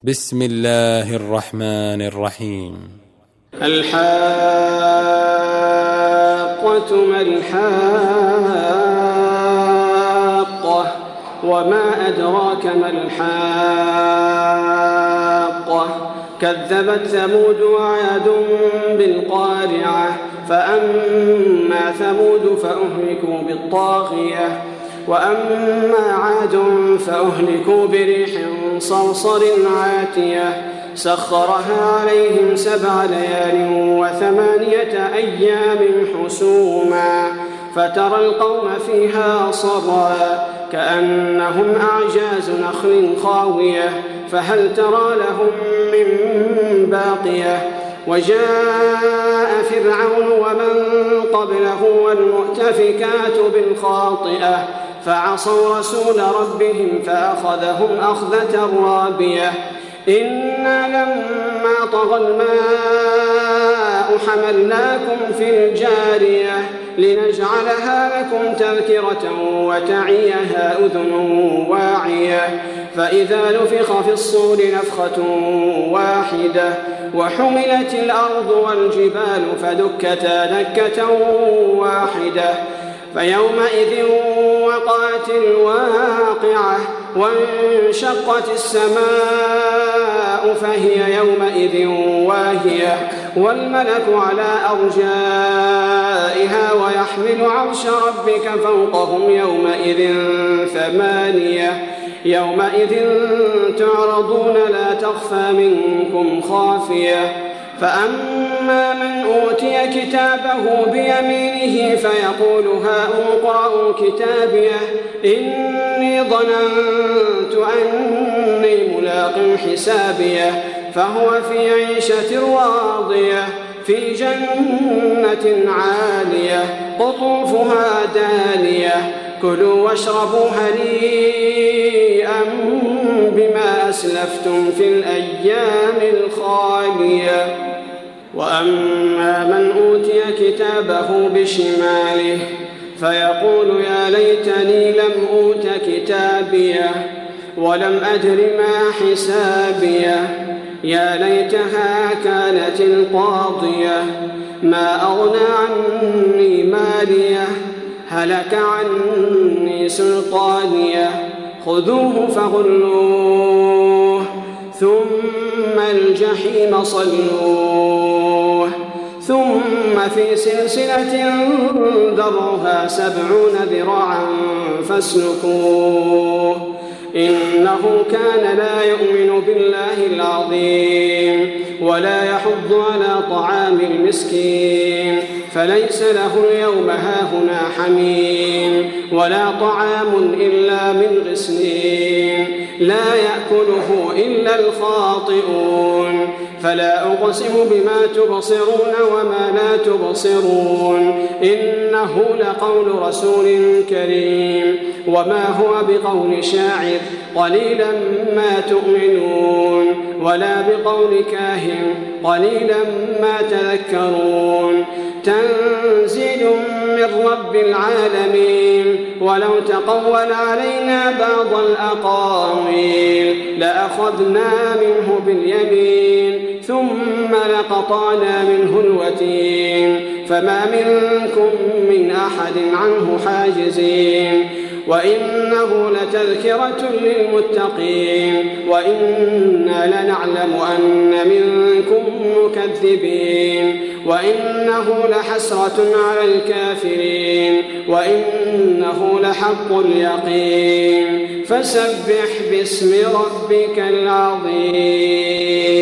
بسم الله الرحمن الرحيم. الحاقة ما الحاقة وما أدراك ما الحاقة كذبت ثمود وعاد بالقارعة فأما ثمود فأهلكوا بالطاغية وأما عاد فأهلكوا بريح صرصر عاتية سخرها عليهم 7 ليال و8 أيام حسوما فترى القوم فيها صرعا كأنهم أعجاز نخل خاوية فهل ترى لهم من باقية وجاء فرعون ومن قبله والمؤتفكات بالخاطئة فعصوا رسول ربهم فأخذهم أخذة رابية إنا لما طغى الماء حملناكم في الجارية لنجعلها لكم تذكرة وتعيها أذن واعية فإذا نفخ في الصور نفخة واحدة وحملت الأرض والجبال فدكتا دكة واحدة فيومئذ وقعت الواقعة وانشقت السماء فهي يومئذ واهية والملك على أرجائها ويحمل عرش ربك فوقهم يومئذ 8 يومئذ تعرضون لا تخفى منكم خافية فأما من أوتي كتابه بيمينه فيقول هاؤم اقرءوا كتابيه إني ظننت أني ملاق حسابيه فهو في عيشة راضية في جنة عالية قطوفها دانية كلوا واشربوا هنيئا بما أسلفتم في الأيام الخالية وأما من أوتي كتابه بشماله فيقول يا ليتني لم أوت كتابيه ولم أدر ما حسابيه يا ليتها كانت القاضية ما أغنى عني ماليه هلك عني سلطانيه خذوه فغلوه ثم الجحيم صلوه ثم في سلسلة ذرعها 70 ذراعا فاسلكوه إنه كان لا يؤمن بالله العظيم ولا يحض على طعام المسكين فليس له اليوم هاهنا حميم ولا طعام إلا من غسلين لا يأكله إلا الخاطئون فلا أقسم بما تبصرون وما لا تبصرون إنه لقول رسول كريم وما هو بقول شاعر قليلا ما تؤمنون ولا بقول كاهن قليلا ما تذكرون تنزيل من رب العالمين ولو تقول علينا بعض الأقاويل لأخذنا منه باليمين ثم لقطعنا منه الوتين فما منكم من أحد عنه حاجزين وإنه لتذكرة للمتقين وإنا لنعلم أن منكم مكذبين وإنه لحسرة على الكافرين وإنه لحق اليقين فسبح باسم ربك العظيم.